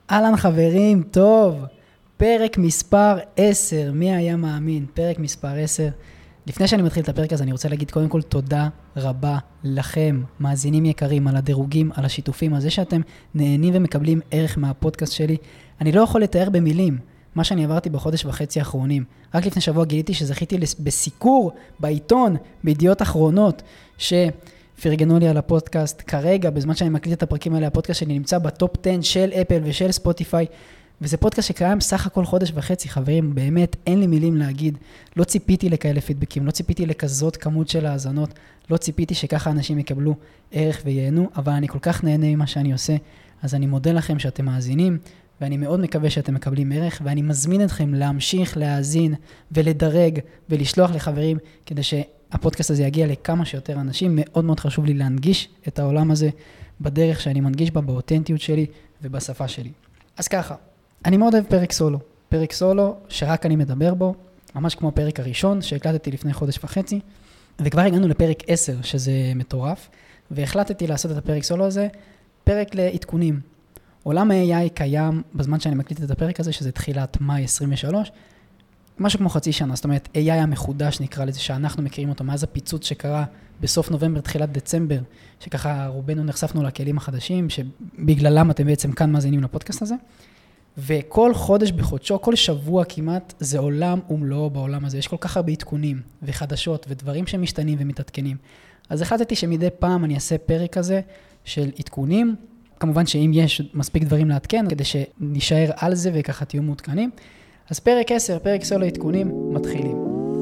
אהלן חברים, טוב, פרק מספר 10, מי היה מאמין? פרק מספר 10. לפני שאני מתחיל את הפרק הזה, אני רוצה להגיד קודם כל תודה רבה לכם, מאזינים יקרים, על הדירוגים, על השיתופים, על זה שאתם נהנים ומקבלים ערך מהפודקאסט שלי. אני לא יכול לתאר במילים מה שאני עברתי בחודש וחצי האחרונים. רק לפני שבוע גיליתי שזכיתי בסיקור בעיתון, בידיעות אחרונות, פרגנו לי על הפודקאסט. כרגע, בזמן שאני מקליט את הפרקים האלה, הפודקאסט שלי נמצא בטופ 10 של אפל ושל ספוטיפיי, וזה פודקאסט שקיים סך הכל חודש וחצי, חברים, באמת אין לי מילים להגיד. לא ציפיתי לכאלה פידבקים, לא ציפיתי לכזאת כמות של האזנות, לא ציפיתי שככה אנשים יקבלו ערך וייהנו, אבל אני כל כך נהנה ממה שאני עושה, אז אני מודה לכם שאתם מאזינים, ואני מאוד מקווה שאתם מקבלים ערך, ואני מזמין אתכם להמשיך להאזין ולדרג ולשלוח לחברים, כדי שהפודקאסט הזה יגיע לכמה שיותר אנשים. מאוד מאוד חשוב לי להנגיש את העולם הזה בדרך שאני מנגיש בה, באותנטיות שלי ובשפה שלי. אז ככה, אני מאוד אוהב פרק סולו שרק אני מדבר בו, ממש כמו הפרק הראשון שהקלטתי לפני חודש וחצי, וכבר הגענו לפרק 10, שזה מטורף, והחלטתי לעשות את הפרק סולו הזה, פרק לעדכונים. עולם ה-AI קיים בזמן שאני מקליט את הפרק הזה, שזה תחילת מאי 23, משהו כמו חצי שנה, זאת אומרת, AI המחודש נקרא לזה, שאנחנו מכירים אותו, מאז הפיצוץ שקרה בסוף נובמבר, תחילת דצמבר, שככה רובנו נחשפנו לכלים החדשים, שבגללם אתם בעצם כאן מאזינים לפודקאסט הזה, וכל חודש בחודשו, כל שבוע כמעט, זה עולם ומלואו בעולם הזה, יש כל כך הרבה עדכונים וחדשות ודברים שמשתנים ומתעדכנים. אז החלטתי שמדי פעם אני אעשה פרק כזה של עדכונים, כמובן שאם יש מספיק דברים לעדכן, כדי שנשאר על זה וככה תהיו מעודכנים. אז פרק 10, פרק סולו עדכונים, מתחילים.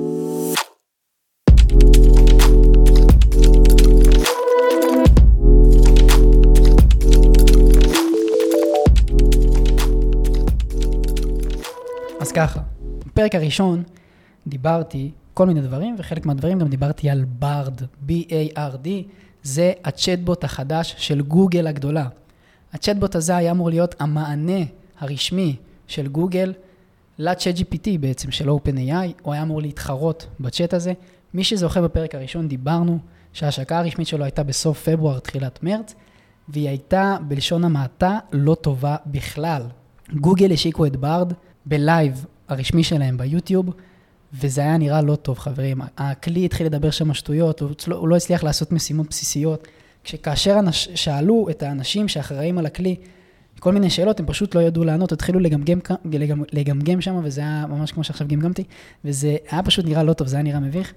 אז ככה, בפרק הראשון דיברתי כל מיני דברים, וחלק מהדברים גם דיברתי על בארד, B-A-R-D, זה הצ'טבוט החדש של גוגל הגדולה. הצ'טבוט הזה היה אמור להיות המענה הרשמי של גוגל, ל-ChatGPT בעצם של OpenAI, הוא היה אמור להתחרות בצ'אט הזה. מי שזוכר בפרק הראשון דיברנו שההשקה הרשמית שלו הייתה בסוף פברואר, תחילת מרץ, והיא הייתה בלשון המעטה לא טובה בכלל. גוגל השיקו את בארד בלייב הרשמי שלהם ביוטיוב, וזה היה נראה לא טוב, חברים. הכלי התחיל לדבר שם שטויות, הוא לא הצליח לעשות משימות בסיסיות. כאשר שאלו את האנשים שאחראים על הכלי, כל מיני שאלות, הם פשוט לא ידעו לענות, התחילו לגמגם שם, וזה היה ממש כמו שעכשיו גמגמתי, וזה היה פשוט נראה לא טוב, זה היה נראה מביך,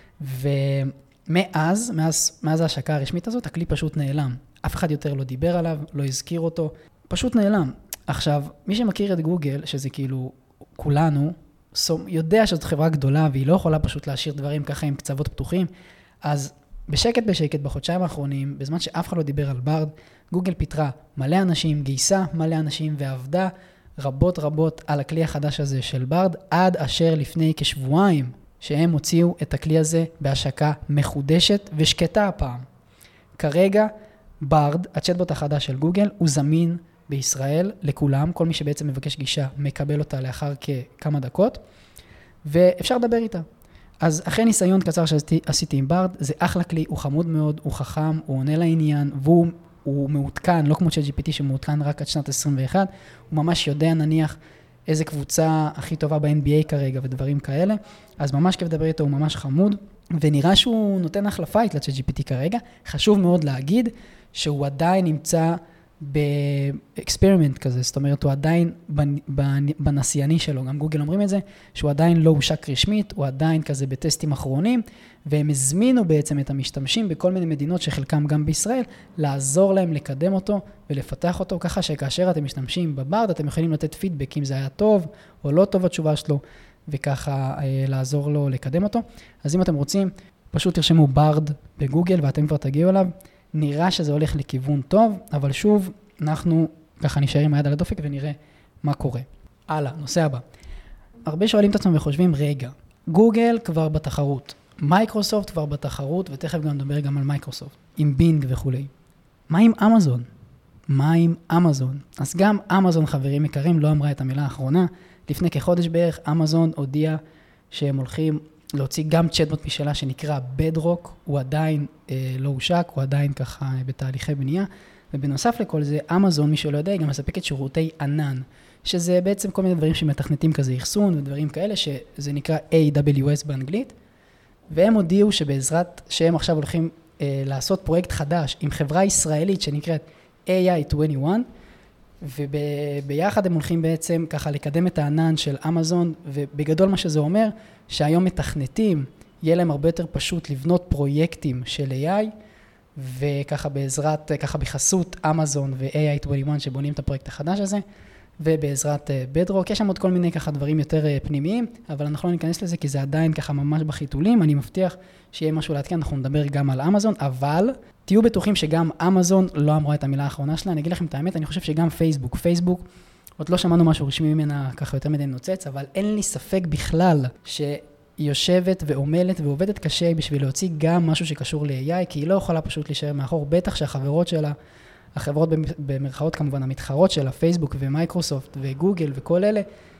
ומאז ההשקה הרשמית הזאת, הכלי פשוט נעלם. אף אחד יותר לא דיבר עליו, לא הזכיר אותו, פשוט נעלם. עכשיו, מי שמכיר את גוגל, שזה כאילו כולנו, יודע שזאת חברה גדולה, והיא לא יכולה פשוט להשאיר דברים ככה עם קצוות פתוחים, אז בשקט, בחודשיים האחרונים, בזמן שאף אחד לא דיבר על בארד, גוגל פיתרה מלא אנשים, גייסה מלא אנשים, ועבדה רבות על הכלי החדש הזה של בארד, עד אשר לפני כשבועיים, שהם הוציאו את הכלי הזה בהשקה מחודשת ושקטה הפעם. כרגע, בארד, הצ'טבוט החדש של גוגל, הוא זמין בישראל לכולם, כל מי שבעצם מבקש גישה מקבל אותה לאחר כמה דקות, ואפשר לדבר איתה. אז אחרי ניסיון קצר שעשיתי עם בארד, זה אחלה כלי, הוא חמוד מאוד, הוא חכם, הוא עונה לעניין, והוא מעודכן, לא כמו ChatGPT שמעודכן רק עד שנת 21, הוא ממש יודע נניח איזה קבוצה הכי טובה ב-NBA כרגע ודברים כאלה, אז ממש כיף לדבר איתו, הוא ממש חמוד, ונראה שהוא נותן אחלה פייט ל-ChatGPT כרגע. חשוב מאוד להגיד שהוא עדיין נמצא באקספרימנט כזה, זאת אומרת, הוא עדיין בנסייני שלו, גם גוגל אומרים את זה, שהוא עדיין לא הושק רשמית, הוא עדיין כזה בטסטים אחרונים, והם הזמינו בעצם את המשתמשים בכל מיני מדינות שחלקם גם בישראל, לעזור להם לקדם אותו ולפתח אותו, ככה שכאשר אתם משתמשים בבארד, אתם יכולים לתת פידבק אם זה היה טוב או לא טוב התשובה שלו, וככה לעזור לו לקדם אותו. אז אם אתם רוצים, פשוט תרשמו בארד בגוגל ואתם כבר תגיעו אליו. נראה שזה הולך לכיוון טוב, אבל שוב, אנחנו ככה נשאר עם היד על הדופק ונראה מה קורה. הלאה, נושא הבא. הרבה שואלים את עצמם וחושבים, רגע, גוגל כבר בתחרות, מייקרוסופט כבר בתחרות, ותכף גם נדבר גם על מייקרוסופט, עם בינג וכו'. מה עם אמזון? אז גם אמזון, חברים יקרים, לא אמרה את המילה האחרונה. לפני כחודש בערך, אמזון הודיע שהם הולכים להוציא גם צ'טבוט משלה שנקרא בדרוק, הוא עדיין לא הושק, הוא עדיין ככה בתהליכי בנייה, ובנוסף לכל זה, אמזון, מי שלא יודע, היא גם מספקת שירותי ענן, שזה בעצם כל מיני דברים שמתכנתים כזה אחסון ודברים כאלה, שזה נקרא AWS באנגלית, והם הודיעו שבעזרת שהם עכשיו הולכים לעשות פרויקט חדש עם חברה ישראלית שנקראת AI21, וביחד הם הולכים בעצם ככה לקדם את הענן של אמזון, ובגדול מה שזה אומר, שהיום מתכנתים, יהיה להם הרבה יותר פשוט לבנות פרויקטים של AI, וככה בעזרת, ככה בחסות אמזון ו-AI21 שבונים את הפרויקט החדש הזה, ובעזרת בדרוק, יש שם עוד כל מיני ככה דברים יותר פנימיים, אבל אנחנו לא ניכנס לזה כי זה עדיין ככה ממש בחיתולים, אני מבטיח שיהיה משהו להתקן, אנחנו נדבר גם על אמזון, אבל תהיו בטוחים שגם אמזון לא אמרה את המילה האחרונה שלה, אני אגיד לכם את האמת, אני חושב שגם פייסבוק, עוד לא שמענו משהו רשמי ממנה ככה יותר מדי נוצץ, אבל אין לי ספק בכלל שהיא יושבת ועומלת ועובדת קשה בשביל להוציא גם משהו שקשור ל-AI, כי היא לא יכולה פשוט להישאר מאחור, בטח שהחברות שלה, החברות במרכאות כמובן, המתחרות שלה, פייסבוק ומייקרוסופט וגוגל וכל אלה,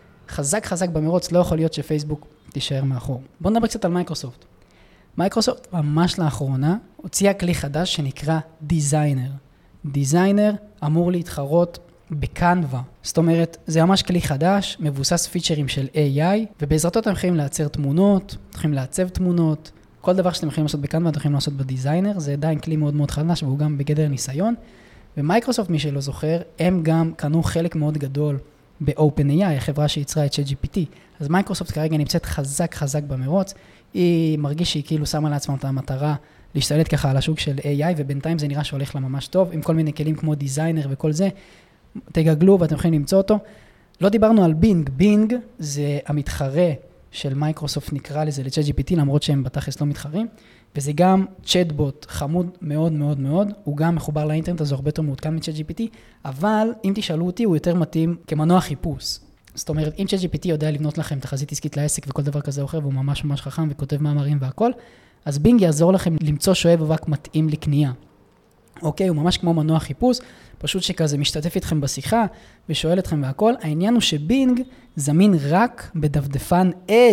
חזק במרוץ, לא יכול להיות שפייסבוק תישאר מאחור. בואו נדבר קצת על מייקרוסופט. מייקרוסופט ממש לאחרונה הוציאה כלי חדש שנקרא דיזיינר. דיזיינר אמור להתחרות בקנווה. זאת אומרת, זה ממש כלי חדש, מבוסס פיצ'רים של AI, ובעזרתו אתם יכולים לייצר תמונות, אתם יכולים לעצב תמונות, כל דבר שאתם יכולים לעשות בקנווה, אתם יכולים לעשות בדיזיינר, זה עדיין כלי מאוד מאוד חדש, והוא גם בגדר ניסיון. ומייקרוסופט, מי שלא זוכר, הם גם קנו חלק מאוד גדול ב-OpenAI, החברה שיצרה את ChatGPT. אז מייקרוסופט כרגע נמצאת חזק במרוץ, היא מרגיש שהיא כאילו שמה לעצמה את המטרה להשתלט ככה על השוק של AI, ובינתיים זה נראה שהולך לה ממש טוב, עם כל מיני כלים כמו דיזיינר וכל זה, תגגלו ואתם יכולים למצוא אותו. לא דיברנו על בינג, בינג זה המתחרה של מייקרוסופט נקרא לזה ל-ChatGPT, למרות שהם בתכלס לא מתחרים, וזה גם צ'אטבוט חמוד מאוד מאוד מאוד, הוא גם מחובר לאינטרנט, אז הוא הרבה יותר מעודכן מ-ChatGPT, אבל אם תשאלו אותי, הוא יותר מתאים כמנוע חיפוש. זאת אומרת, אם ChatGPT יודע לבנות לכם תחזית עסקית לעסק וכל דבר כזה או אחר, והוא ממש חכם וכותב מאמרים והכל, אז בינג יעזור לכם למצוא שואב אבק מתאים לקנייה. אוקיי, הוא ממש כמו מנוע חיפוש, פשוט שכזה משתתף איתכם בשיחה ושואל אתכם והכל. העניין הוא שבינג זמין רק בדפדפן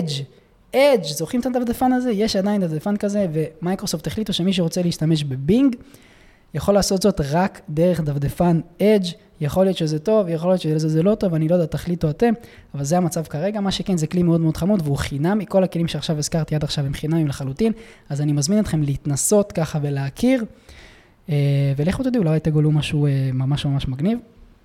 אדג', זוכרים את הדפדפן הזה? יש עדיין דפדפן כזה, ומייקרוסופט החליטו שמי שרוצה להשתמש בבינג, יכול לעשות זאת רק דרך דפדפן אדג'. יכול להיות שזה טוב, יכול להיות שזה לא טוב, אני לא יודע, תחליטו אתם, אבל זה המצב כרגע. מה שכן, זה כלי מאוד מאוד חמוד, והוא חינם, מכל הכלים שעכשיו הזכרתי עד עכשיו הם חינמים לחלוטין, אז אני מזמין אתכם להתנסות ככה ולהכיר, ולכו תדעו, אולי תגלו משהו ממש מגניב.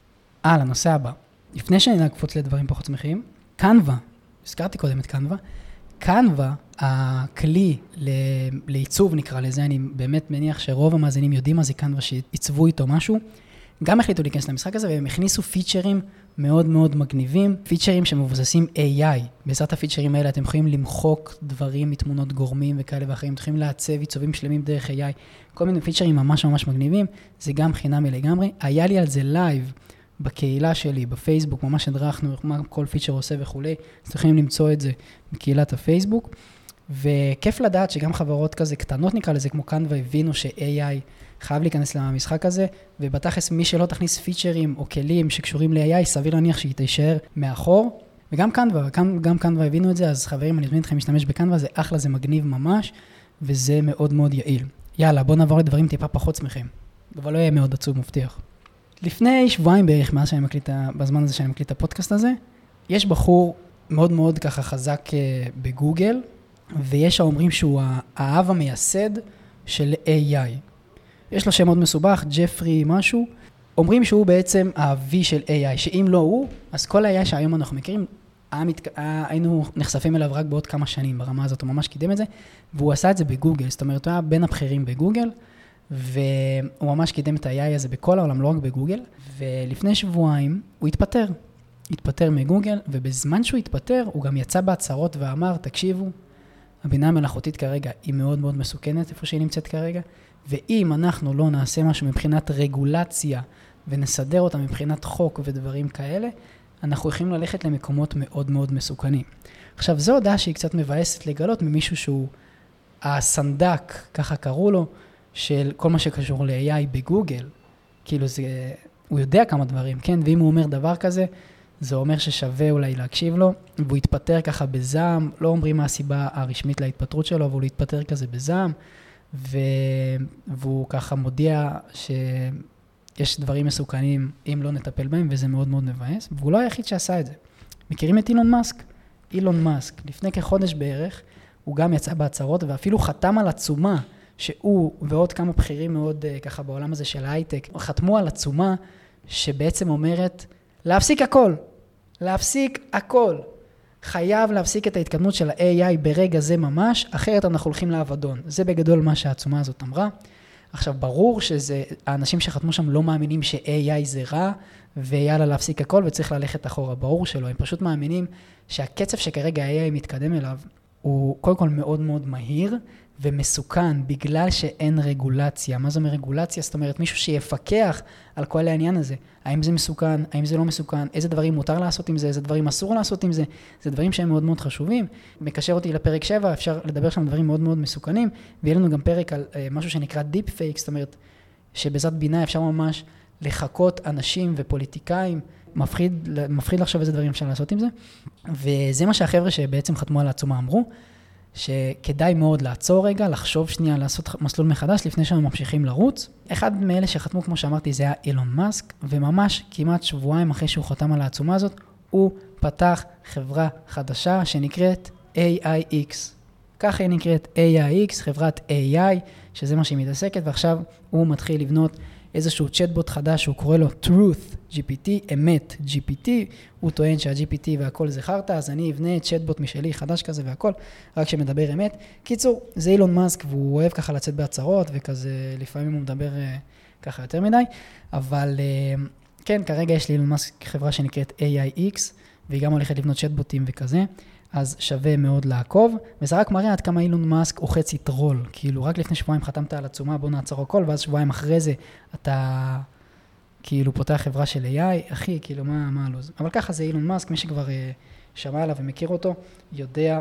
לנושא הבא. לפני שאני נקפוץ לדברים פחות שמחים, קנווה, הזכרתי קודם את קנווה, קנווה, הכלי לעיצוב נקרא לזה, אני באמת מניח שרוב המאזינים יודעים מה זה קנווה שעיצבו איתו משהו, גם החליטו להיכנס למשחק הזה, והם הכניסו פיצ'רים מאוד מאוד מגניבים, פיצ'רים שמבוססים AI. בעזרת הפיצ'רים האלה אתם יכולים למחוק דברים מתמונות גורמים וכאלה ואחרים, אתם יכולים לעצב עיצובים שלמים דרך AI, כל מיני פיצ'רים ממש מגניבים, זה גם חינמי לגמרי. היה לי על זה לייב בקהילה שלי, בפייסבוק, ממש הדרכנו מה כל פיצ'ר עושה וכו', אז אתם יכולים למצוא את זה בקהילת הפייסבוק, וכיף לדעת שגם חברות כזה קטנות נקרא לזה, כמו כאן והבינו ש-AI חייב להיכנס למשחק הזה, ובתכלס מי שלא תכניס פיצ'רים או כלים שקשורים ל-AI, סביר להניח שהיא תישאר מאחור, וגם קנווה הבינו את זה, אז חברים, אני מזמין אתכם להשתמש בקנווה, זה אחלה, זה מגניב ממש, וזה מאוד מאוד יעיל. יאללה, בואו נעבור לדברים טיפה פחות שמחים, אבל לא יהיה מאוד עצוב, מבטיח. לפני שבועיים בערך, בזמן הזה שאני מקליט את הפודקאסט הזה, יש בחור מאוד מאוד ככה חזק בגוגל, ויש האומרים שהוא האב המייסד של AI. יש לו שם מאוד מסובך, ג'פרי משהו. אומרים שהוא בעצם האבי של AI, שאם לא הוא, אז כל ה-AI שהיום אנחנו מכירים, היינו נחשפים אליו רק בעוד כמה שנים, ברמה הזאת הוא ממש קידם את זה, והוא עשה את זה בגוגל, זאת אומרת, הוא היה בין הבכירים בגוגל, והוא ממש קידם את ה-AI הזה בכל העולם, לא רק בגוגל, ולפני שבועיים הוא התפטר מגוגל, ובזמן שהוא התפטר, הוא גם יצא בהצהרות ואמר, תקשיבו, הבינה המלאכותית כרגע היא מאוד מאוד מסוכנת, איפה שהיא נמצאת כרגע, ואם אנחנו לא נעשה משהו מבחינת רגולציה, ונסדר אותה מבחינת חוק ודברים כאלה, אנחנו יכולים ללכת למקומות מאוד מאוד מסוכנים. עכשיו, זו הודעה שהיא קצת מבאסת לגלות ממישהו שהוא הסנדק, ככה קראו לו, של כל מה שקשור ל-AI בגוגל. כאילו הוא יודע כמה דברים, כן? ואם הוא אומר דבר כזה, זה אומר ששווה אולי להקשיב לו, והוא יתפטר ככה בזעם, לא אומרים מה הסיבה הרשמית להתפטרות שלו, אבל הוא יתפטר כזה בזעם, והוא ככה מודיע יש דברים מסוכנים אם לא נטפל בהם, וזה מאוד מאוד מבאס, והוא לא היחיד שעשה את זה. מכירים את אילון מאסק? אילון מאסק, לפני כחודש בערך, הוא גם יצא בהצהרות, ואפילו חתם על עצומה, שהוא ועוד כמה בכירים מאוד ככה בעולם הזה של ההייטק, חתמו על עצומה שבעצם אומרת, להפסיק הכל, להפסיק הכל. חייב להפסיק את ההתקדמות של ה-AI ברגע זה ממש, אחרת אנחנו הולכים לאבדון. זה בגדול מה שהעצומה הזאת אמרה. עכשיו, ברור שזה, האנשים שחתמו שם לא מאמינים ש-AI זה רע, ויאללה להפסיק הכל וצריך ללכת אחורה. ברור שלא, הם פשוט מאמינים שהקצב שכרגע ה-AI מתקדם אליו, הוא קודם כל מאוד מאוד מהיר ומסוכן, בגלל שאין רגולציה. מה זאת אומרת רגולציה? זאת אומרת, מישהו שיפקח על כל העניין הזה. האם זה מסוכן? האם זה לא מסוכן? איזה דברים מותר לעשות עם זה? איזה דברים אסור לעשות עם זה? זה דברים שהם מאוד מאוד חשובים. מקשר אותי לפרק 7, אפשר לדבר שם דברים מאוד מאוד מסוכנים, ויהיה לנו גם פרק על משהו שנקרא Deep Fake, זאת אומרת, שבעזרת בינה אפשר ממש לחכות אנשים ופוליטיקאים, מפחיד לחשוב איזה דברים אפשר לעשות עם זה. וזה מה שהחבר'ה שבעצם חתמו על העצומה אמרו, שכדאי מאוד לעצור רגע, לחשוב שנייה, לעשות מסלול מחדש לפני שאנחנו ממשיכים לרוץ. אחד מאלה שחתמו, כמו שאמרתי, זה היה אילון מאסק, וממש כמעט שבועיים אחרי שהוא חתם על העצומה הזאת, הוא פתח חברה חדשה שנקראת AIX. ככה היא נקראת AIX, חברת AI, שזה מה שהיא מתעסקת, ועכשיו הוא מתחיל לבנות איזשהו צ'טבוט חדש, שהוא קורא לו Truth GPT, אמת GPT, הוא טוען שה-GPT והכל זה חרטא, אז אני אבנה צ'טבוט משלי חדש כזה והכל, רק שמדבר אמת. קיצור, זה אילון מאסק, והוא אוהב ככה לצאת בהצהרות, וכזה לפעמים הוא מדבר ככה יותר מדי, אבל כן, כרגע יש לאילון מאסק חברה שנקראת AIX, והיא גם הולכת לבנות צ'טבוטים וכזה, אז שווה מאוד לעקוב, וזה רק מראה עד כמה אילון מאסק הוא חצי טרול, כאילו רק לפני שבועיים חתמת על עצומה, בוא נעצור הכל, ואז שבועיים אחרי זה אתה כאילו פותח חברה של AI, אחי, כאילו מה הלוז. אבל ככה זה אילון מאסק, מי שכבר שמע עליו ומכיר אותו, יודע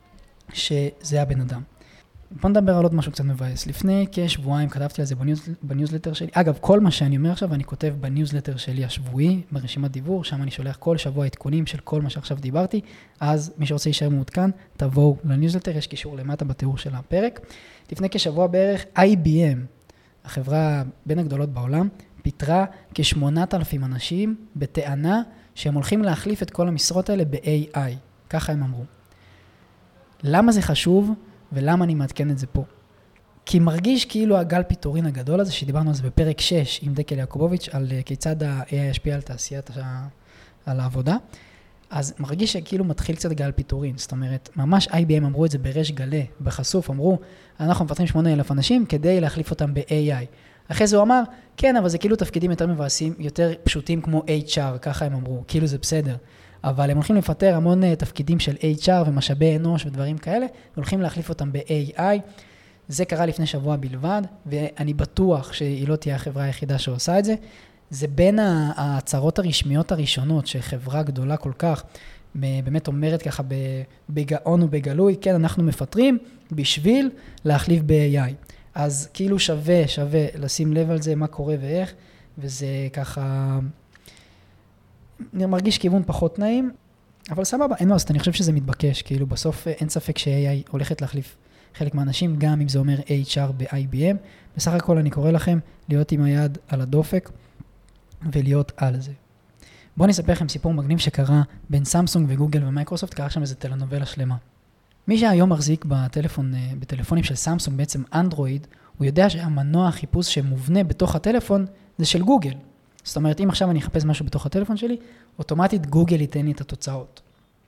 שזה הבן אדם. בוא נדבר על עוד משהו קצת מבאס. לפני כשבועיים כתבתי על זה בניוזלטר שלי. אגב, כל מה שאני אומר עכשיו, אני כותב בניוזלטר שלי השבועי, ברשימת דיבור, שם אני שולח כל שבוע עדכונים של כל מה שעכשיו דיברתי, אז מי שרוצה להישאר מעודכן, תבואו לניוזלטר, יש קישור למטה בתיאור של הפרק. לפני כשבוע בערך, IBM, החברה בין הגדולות בעולם, פיטרה כ8,000 אנשים בטענה שהם הולכים להחליף את כל המשרות האלה ב-AI. ככה הם אמרו. למה זה חשוב? ולמה אני מעדכן את זה פה? כי מרגיש כאילו הגל פיטורין הגדול הזה, שדיברנו על זה בפרק 6 עם דקל יעקובוביץ', על כיצד ה-AI ישפיע על תעשיית, על העבודה, אז מרגיש שכאילו מתחיל קצת גל פיטורין, זאת אומרת, ממש IBM אמרו את זה בריש גלי, בחשוף, אמרו, אנחנו מפטרים 8,000 אנשים כדי להחליף אותם ב-AI. אחרי זה הוא אמר, כן, אבל זה כאילו תפקידים יותר מבאסים, יותר פשוטים כמו HR, ככה הם אמרו, כאילו זה בסדר. אבל הם הולכים לפטר המון תפקידים של HR ומשאבי אנוש ודברים כאלה, והולכים להחליף אותם ב-AI. זה קרה לפני שבוע בלבד, ואני בטוח שהיא לא תהיה החברה היחידה שעושה את זה. זה בין ההצהרות הרשמיות הראשונות, שחברה גדולה כל כך, באמת אומרת ככה בגאון ובגלוי, כן, אנחנו מפטרים בשביל להחליף ב-AI. אז כאילו שווה לשים לב על זה, מה קורה ואיך, וזה ככה אני מרגיש כיוון פחות נעים, אבל סבבה, אין מה, אז אני חושב שזה מתבקש, כאילו בסוף אין ספק ש-AI הולכת להחליף חלק מהאנשים, גם אם זה אומר HR ב-IBM, בסך הכל אני קורא לכם להיות עם היד על הדופק, ולהיות על זה. בואו נספר לכם סיפור מגניב שקרה בין סמסונג וגוגל ומייקרוסופט, קרה שם איזה טלנובלה שלמה. מי שהיום מחזיק בטלפונים של סמסונג, בעצם אנדרואיד, הוא יודע שהמנוע החיפוש שמובנה בתוך הטלפון זה של גוגל. זאת אומרת, אם עכשיו אני אחפש משהו בתוך הטלפון שלי, אוטומטית גוגל ייתן לי את התוצאות.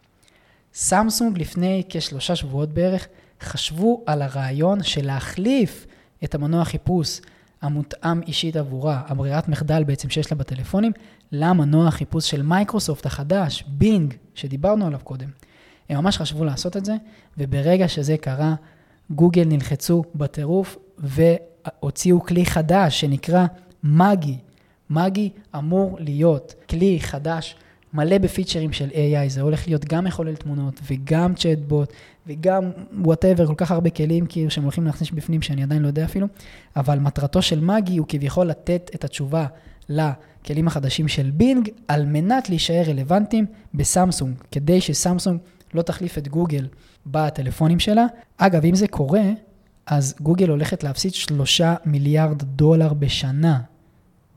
סמסונג לפני כ3 שבועות בערך, חשבו על הרעיון של להחליף את המנוע החיפוש המותאם אישית עבורה, הברירת מחדל בעצם שיש לה בטלפונים, למנוע החיפוש של מייקרוסופט החדש, בינג, שדיברנו עליו קודם. הם ממש חשבו לעשות את זה, וברגע שזה קרה, גוגל נלחצו בטירוף, והוציאו כלי חדש שנקרא מגי. מגי אמור להיות כלי חדש, מלא בפיצ'רים של AI, זה הולך להיות גם מחולל תמונות, וגם צ'טבוט, וגם whatever, כל כך הרבה כלים כאילו שהם הולכים להכניס בפנים, שאני עדיין לא יודע אפילו, אבל מטרתו של מגי הוא כביכול לתת את התשובה לכלים החדשים של בינג, על מנת להישאר רלוונטיים בסמסונג, כדי שסמסונג לא תחליף את גוגל בטלפונים שלה. אגב, אם זה קורה, אז גוגל הולכת להפסיד $3 מיליארד בשנה.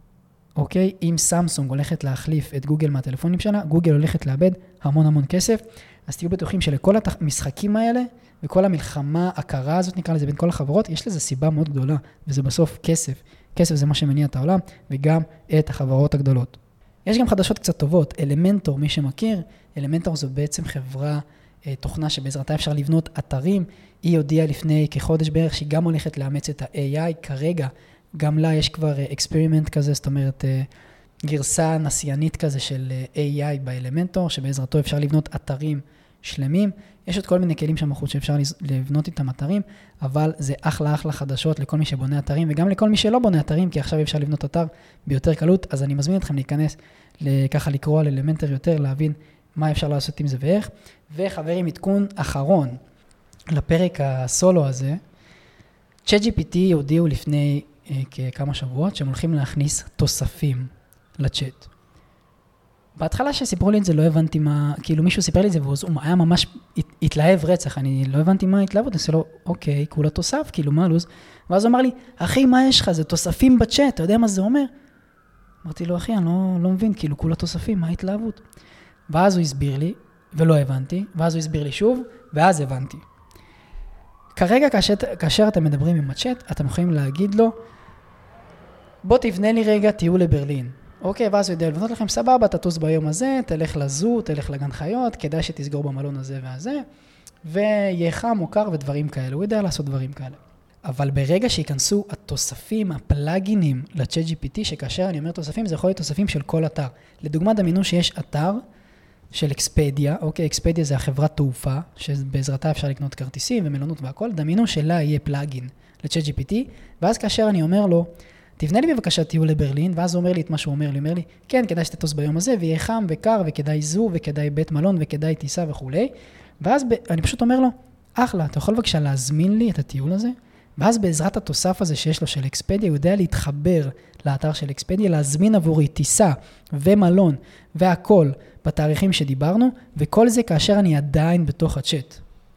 אוקיי? אם סמסונג הולכת להחליף את גוגל מהטלפונים שלה, גוגל הולכת לאבד המון כסף, אז תהיו בטוחים שלכל המשחקים האלה, וכל המלחמה הקרה הזאת, נקרא לזה בין כל החברות, יש לזה סיבה מאוד גדולה, וזה בסוף כסף. כסף זה מה שמניע את העולם, וגם את החברות הגדולות. יש גם חדשות קצת טובות. אלמנטור, מי שמכיר, אלמנטור זו בעצם חברה, תוכנה שבעזרתה אפשר לבנות אתרים. היא הודיעה לפני כחודש בערך שהיא גם הולכת לאמץ את ה-AI. כרגע גם לה יש כבר אקספרימנט כזה, זאת אומרת גרסה נסיינית כזה של AI באלמנטור, שבעזרתו אפשר לבנות אתרים שלמים. יש עוד כל מיני כלים שם בחוץ שאפשר לבנות איתם אתרים, אבל זה אחלה חדשות לכל מי שבונה אתרים, וגם לכל מי שלא בונה אתרים, כי עכשיו אפשר לבנות אתר ביותר קלות. אז אני מזמין אתכם להיכנס, ככה לקרוא על אלמנטור יותר, להבין מה אפשר לעשות עם זה ואיך. וחברים, עדכון אחרון לפרק הסולו הזה, ChatGPT הודיעו לפני כמה שבועות שהם הולכים להכניס תוספים לצ'אט. בהתחלה שסיפרו לי את זה לא הבנתי מה, כאילו מישהו סיפר לי את זה והוא היה ממש התלהב רצח, אני לא הבנתי מה התלהבות, אני עושה לו, אוקיי, כולה תוסף, כאילו מה לוז? ואז הוא אמר לי, אחי, מה יש לך? זה תוספים בצ'אט, אתה יודע מה זה אומר? אמרתי לו, אחי, אני לא מבין, כאילו כולה תוספים, מה ההתלהבות? ואז הוא הסביר לי, ולא הבנתי, ואז הוא הסביר לי שוב, ואז הבנתי. כרגע, כאשר אתם מדברים עם הצ'אט, אתם יכולים להגיד לו, בוא תבנה לי רגע טיול לברלין. אוקיי, ואז הוא יודע לבנות לכם, סבבה, תטוס ביום הזה, תלך לזו, תלך לגן חיות, כדאי שתסגור במלון הזה והזה, ויהיה חם או קר ודברים כאלה, הוא יודע לעשות דברים כאלה. אבל ברגע שיכנסו התוספים, הפלאגינים ל-ChatGPT, שכאשר אני אומר תוספים, זה יכול להיות תוספים של כל אתר. לדוגמה, דמיינו שיש אתר של אקספדיה, אוקיי, אקספדיה זה החברת תעופה, שבעזרתה אפשר לקנות כרטיסים ומלונות והכל, דמיינו שלה יהיה פלאגין ל-ChatGPT, ואז כאשר אני אומר לו, תבנה לי בבקשה טיול לברלין, ואז הוא אומר לי את מה שהוא אומר לי, אומר לי, כן, כדאי שתטוס ביום הזה, ויהיה חם וקר, וכדאי זו, וכדאי בית מלון, וכדאי טיסה וכו'. ואז אני פשוט אומר לו, אחלה, אתה יכול בבקשה להזמין לי את הטיול הזה, ואז בעזרת התוסף הזה שיש לו של אקספדיה, הוא יודע להתחבר לאתר של אקספדיה, להזמין עבורי טיסה ומלון והכל בתאריכים שדיברנו, וכל זה כאשר אני עדיין בתוך הצ'אט.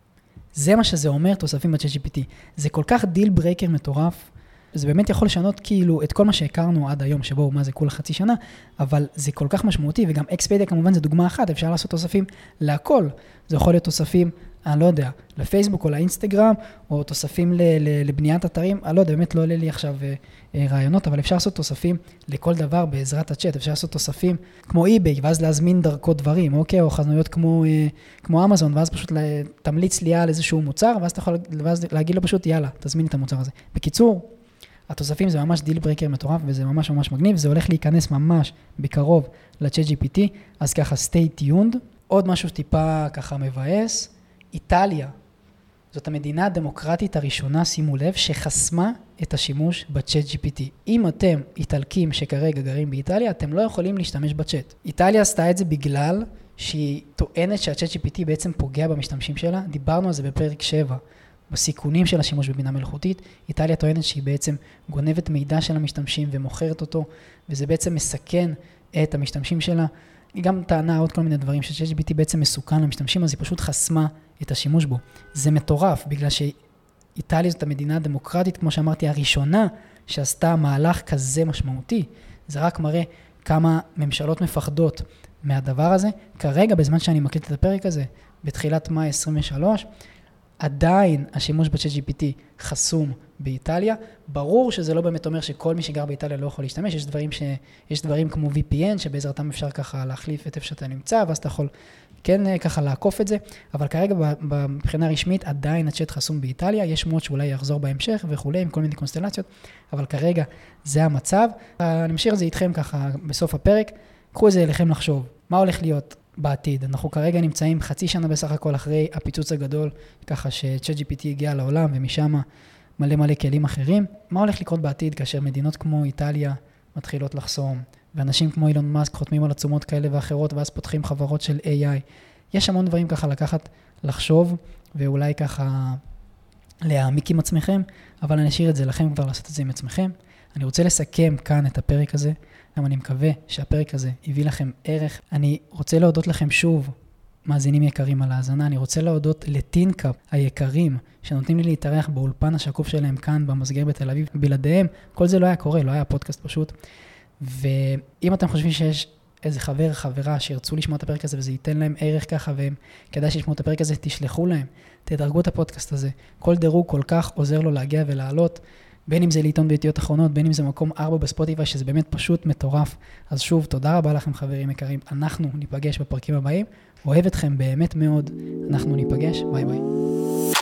זה מה שזה אומר, תוספים ב-ChatGPT. זה כל כך דיל ברייקר מטורף, זה באמת יכול לשנות כאילו את כל מה שהכרנו עד היום, שבו מה זה כולה חצי שנה, אבל זה כל כך משמעותי, וגם אקספדיה כמובן זה דוגמה אחת, אפשר לעשות תוספים להכל. זה יכול להיות תוספים, אני לא יודע, לפייסבוק או לאינסטגרם, או תוספים לבניית אתרים, אני לא יודע, באמת לא עולה לי עכשיו רעיונות, אבל אפשר לעשות תוספים לכל דבר בעזרת הצ'אט, אפשר לעשות תוספים כמו eBay, ואז להזמין דרכו דברים, אוקיי, או חנויות כמו אמזון, ואז פשוט תמליץ לי על איזשהו מוצר, ואז אתה יכול להגיד לו פשוט, יאללה, תזמין את המוצר הזה. בקיצור, התוספים זה ממש דיל ברייקר מטורף, וזה ממש מגניב, זה הולך להיכנס ממש בקרוב ל-ChatGPT, אז ככה stay tuned. עוד משהו טיפה ככה מבאס, איטליה, זאת המדינה הדמוקרטית הראשונה, שימו לב, שחסמה את השימוש ב-ChatGPT. אם אתם איטלקים שכרגע גרים באיטליה, אתם לא יכולים להשתמש בצ'אט. איטליה עשתה את זה בגלל שהיא טוענת שה-ChatGPT בעצם פוגע במשתמשים שלה, דיברנו על זה בפרק 7, בסיכונים של השימוש בבינה מלאכותית. איטליה טוענת שהיא בעצם גונבת מידע של המשתמשים ומוכרת אותו, וזה בעצם מסכן את המשתמשים שלה. היא גם טענה עוד כל מיני דברים ש-ChatGPT בעצם מסוכן למשתמשים, אז היא פשוט חסמה את השימוש בו. זה מטורף, בגלל שאיטליה זאת המדינה הדמוקרטית, כמו שאמרתי, הראשונה שעשתה מהלך כזה משמעותי. זה רק מראה כמה ממשלות מפחדות מהדבר הזה. כרגע, בזמן שאני מקליט את הפרק הזה, בתחילת מאי 23, עדיין השימוש ב-ChatGPT חסום באיטליה. ברור שזה לא באמת אומר שכל מי שגר באיטליה לא יכול להשתמש. יש דברים כמו VPN, שבעזרתם אפשר ככה להחליף את איפה שאתה נמצא, ואז אתה יכול כן ככה לעקוף את זה. אבל כרגע מבחינה רשמית עדיין הצ'אט חסום באיטליה. יש שמועות שאולי יחזור בהמשך וכולי, עם כל מיני קונסטלציות, אבל כרגע זה המצב. אני משאיר את זה איתכם ככה בסוף הפרק. קחו את זה אליכם לחשוב. מה הולך להיות בעתיד? אנחנו כרגע נמצאים חצי שנה בסך הכל אחרי הפיצוץ הגדול, ככה ש-ChatGPT הגיע לעולם ומשם מלא כלים אחרים. מה הולך לקרות בעתיד כאשר מדינות כמו איטליה מתחילות לחסום, ואנשים כמו אילון מאסק חותמים על עצומות כאלה ואחרות, ואז פותחים חברות של AI. יש המון דברים ככה לקחת, לחשוב, ואולי ככה להעמיק עם עצמכם, אבל אני אשאיר את זה לכם כבר לעשות את זה עם עצמכם. אני רוצה לסכם כאן את הפרק הזה, גם אני מקווה שהפרק הזה הביא לכם ערך. אני רוצה להודות לכם שוב, מאזינים יקרים על ההאזנה. אני רוצה להודות לטינקאפ היקרים, שנותנים לי להתארח באולפן השקוף שלהם כאן במסגר בתל אביב. בלעדיהם, כל זה לא היה קורה, לא היה פודקאסט פשוט. ואם אתם חושבים שיש איזה חבר, חברה שירצו לשמוע את הפרק הזה, וזה ייתן להם ערך ככה, והם כדאי שישמעו את הפרק הזה, תשלחו להם, תדרגו את הפודקאסט הזה. כל דירוג כל כך עוזר לו להגיע ולעלות, בין אם זה לעיתון בידיעות אחרונות, בין אם זה מקום 4 בספוטיפיי, שזה באמת פשוט מטורף. אז שוב, תודה רבה לכם חברים יקרים, אנחנו ניפגש בפרקים הבאים, אוהב אתכם באמת מאוד, אנחנו ניפגש, ביי ביי.